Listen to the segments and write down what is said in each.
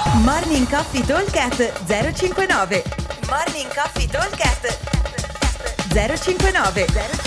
Morning Coffee Talkcast 059. Morning Coffee Talkcast 059.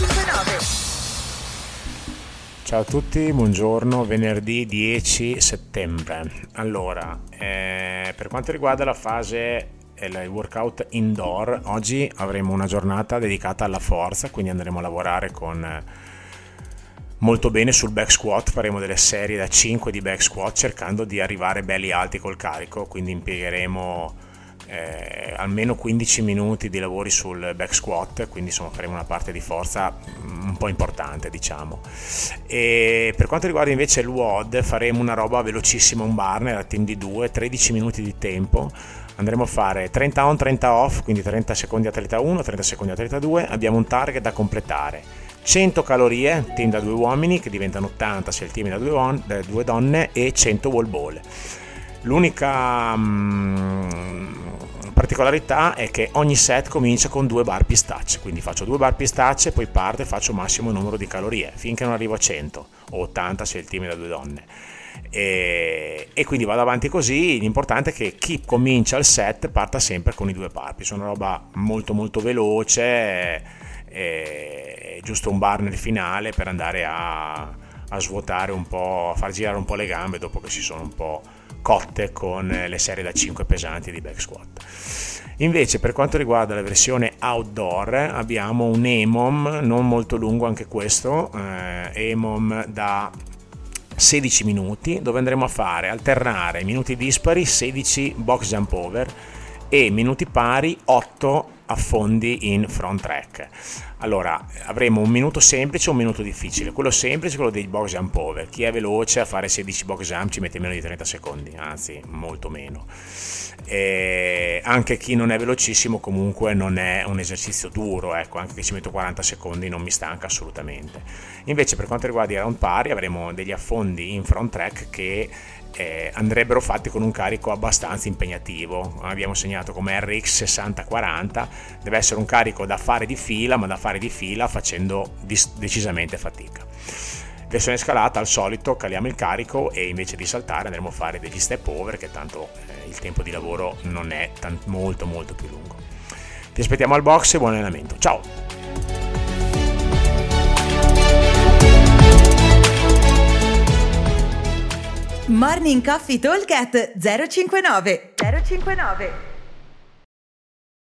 Ciao a tutti, buongiorno, venerdì 10 settembre. Allora, per quanto riguarda la fase il workout indoor, oggi avremo una giornata dedicata alla forza, quindi andremo a lavorare con molto bene sul back squat. Faremo delle serie da 5 di back squat cercando di arrivare belli alti col carico, quindi impiegheremo almeno 15 minuti di lavori sul back squat, quindi insomma faremo una parte di forza un po' importante, diciamo. E per quanto riguarda invece il WOD, faremo una roba velocissima, un burner a team di 2, 13 minuti di tempo. Andremo a fare 30 on 30 off, quindi 30 secondi atleta 1, 30 secondi atleta 2. Abbiamo un target da completare: 100 calorie team da 2 uomini, che diventano 80 se il team è da 2 donne, e 100 wall ball. L'unica particolarità è che ogni set comincia con 2 burpee snatch, quindi faccio 2 burpee snatch e poi parto e faccio massimo numero di calorie finché non arrivo a 100 o 80 se il team è da 2 donne, e quindi vado avanti così. L'importante è che chi comincia il set parta sempre con i 2 burpee. Sono una roba molto molto veloce, giusto un bar nel finale per andare a svuotare un po', a far girare un po' le gambe dopo che si sono un po' cotte con le serie da 5 pesanti di back squat. Invece per quanto riguarda la versione outdoor abbiamo un EMOM non molto lungo, anche questo EMOM da 16 minuti, dove andremo a fare alternare minuti dispari 16 box jump over e minuti pari 8 affondi in front track. Allora avremo un minuto semplice e un minuto difficile. Quello semplice è quello dei box jump over. Chi è veloce a fare 16 box jump ci mette meno di 30 secondi, anzi molto meno. Anche chi non è velocissimo comunque non è un esercizio duro, ecco, anche che ci metto 40 secondi non mi stanca assolutamente. Invece per quanto riguarda i round pari avremo degli affondi in front track che andrebbero fatti con un carico abbastanza impegnativo. Abbiamo segnato come RX 60-40, deve essere un carico da fare di fila, ma da fare di fila facendo decisamente fatica. Versione scalata, al solito caliamo il carico e invece di saltare andremo a fare degli step over, che tanto il tempo di lavoro non è molto molto più lungo. Vi aspettiamo al box e buon allenamento, ciao! Morning Coffee Talkcast 059.